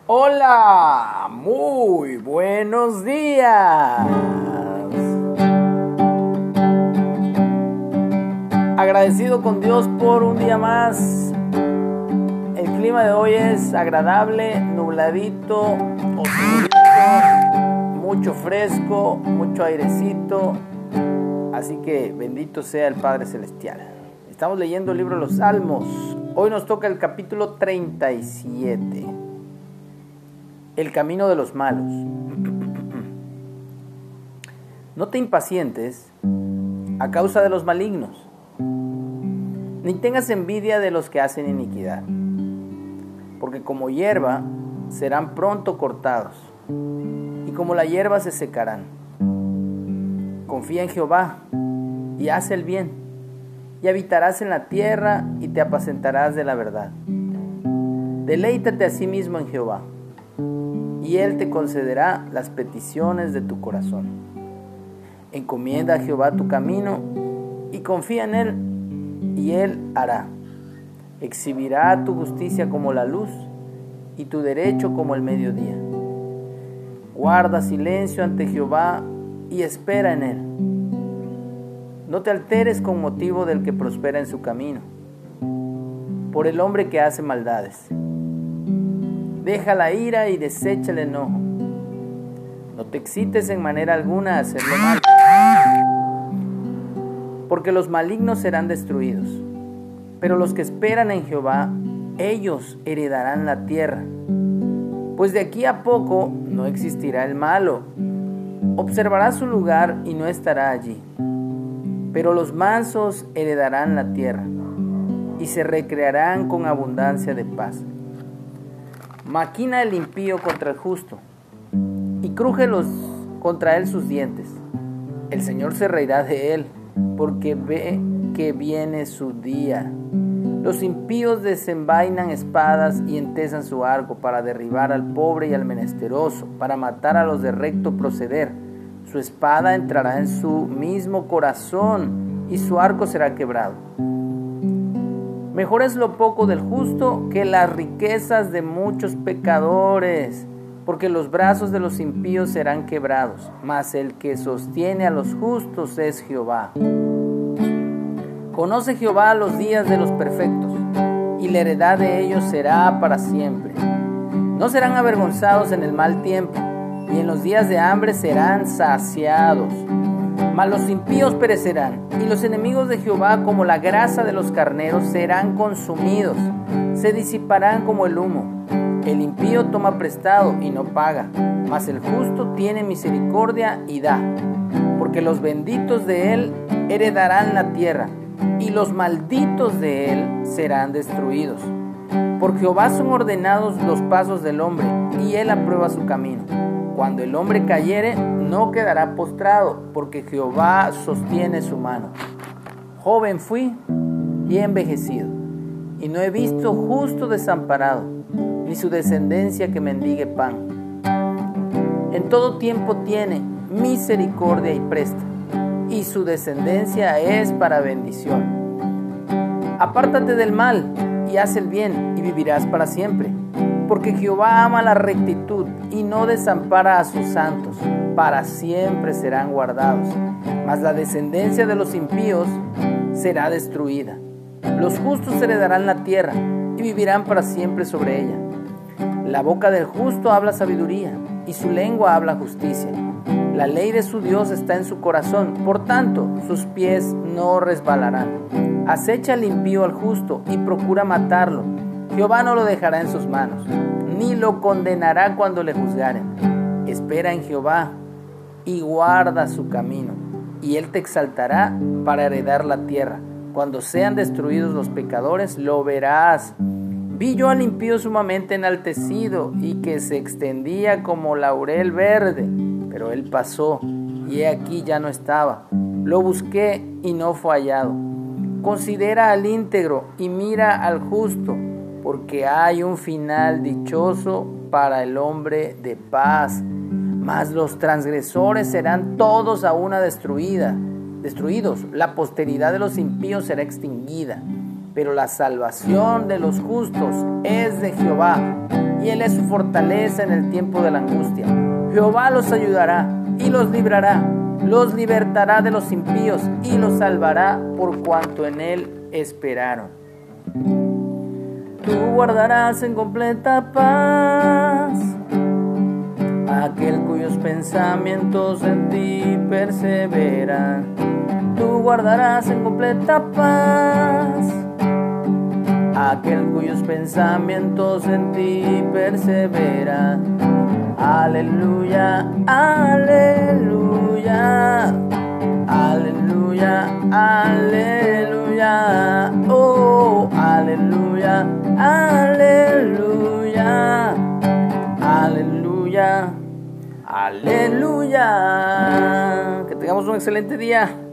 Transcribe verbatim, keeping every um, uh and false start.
Hola, muy buenos días. Agradecido con Dios por un día más. El clima de hoy es agradable, nubladito, oscurito, mucho fresco, mucho airecito. Así que bendito sea el Padre Celestial. Estamos leyendo el libro de los Salmos. Hoy nos toca el capítulo treinta y siete. El camino de los malos. No te impacientes a causa de los malignos, ni tengas envidia de los que hacen iniquidad, porque como hierba serán pronto cortados, y como la hierba se secarán. Confía en Jehová y haz el bien, y habitarás en la tierra y te apacentarás de la verdad. Deleítate a sí mismo en Jehová, y Él te concederá las peticiones de tu corazón. Encomienda a Jehová tu camino y confía en Él, y Él hará. Exhibirá tu justicia como la luz y tu derecho como el mediodía. Guarda silencio ante Jehová y espera en Él. No te alteres con motivo del que prospera en su camino, por el hombre que hace maldades. Deja la ira y desecha el enojo. No te excites en manera alguna a hacer lo malo, porque los malignos serán destruidos. Pero los que esperan en Jehová, ellos heredarán la tierra. Pues de aquí a poco no existirá el malo. Observará su lugar y no estará allí. Pero los mansos heredarán la tierra y se recrearán con abundancia de paz. Maquina el impío contra el justo, y cruje los, contra él sus dientes. El Señor se reirá de él, porque ve que viene su día. Los impíos desenvainan espadas y entesan su arco para derribar al pobre y al menesteroso, para matar a los de recto proceder. Su espada entrará en su mismo corazón, y su arco será quebrado. Mejor es lo poco del justo que las riquezas de muchos pecadores, porque los brazos de los impíos serán quebrados, mas el que sostiene a los justos es Jehová. Conoce Jehová los días de los perfectos, y la heredad de ellos será para siempre. No serán avergonzados en el mal tiempo, y en los días de hambre serán saciados. Mas los impíos perecerán, y los enemigos de Jehová, como la grasa de los carneros, serán consumidos, se disiparán como el humo. El impío toma prestado y no paga, mas el justo tiene misericordia y da. Porque los benditos de él heredarán la tierra, y los malditos de él serán destruidos. Por Jehová son ordenados los pasos del hombre, y él aprueba su camino. Cuando el hombre cayere, no quedará postrado, porque Jehová sostiene su mano. Joven fui y he envejecido, y no he visto justo desamparado, ni su descendencia que mendigue pan. En todo tiempo tiene misericordia y presta, y su descendencia es para bendición. Apártate del mal y haz el bien, y vivirás para siempre. Porque Jehová ama la rectitud y no desampara a sus santos. Para siempre serán guardados. Mas la descendencia de los impíos será destruida. Los justos heredarán la tierra y vivirán para siempre sobre ella. La boca del justo habla sabiduría, y su lengua habla justicia. La ley de su Dios está en su corazón, por tanto sus pies no resbalarán. Acecha al impío al justo y procura matarlo. Jehová no lo dejará en sus manos, ni lo condenará cuando le juzgaren. Espera en Jehová y guarda su camino, y Él te exaltará para heredar la tierra. Cuando sean destruidos los pecadores, lo verás. Vi yo al impío sumamente enaltecido, y que se extendía como laurel verde, pero él pasó, y he aquí ya no estaba. Lo busqué y no fue hallado. Considera al íntegro y mira al justo, porque hay un final dichoso para el hombre de paz. Mas los transgresores serán todos a una destruida, destruidos. La posteridad de los impíos será extinguida, pero la salvación de los justos es de Jehová. y Él es su fortaleza en el tiempo de la angustia. Jehová los ayudará y los librará, los libertará de los impíos y los salvará por cuanto en Él esperaron. Tú guardarás en completa paz a aquel cuyos pensamientos en ti perseveran. Tú guardarás en completa paz a aquel cuyos pensamientos en ti perseveran. Aleluya, aleluya, aleluya, aleluya, oh, aleluya, aleluya, aleluya, aleluya. Que tengamos un excelente día.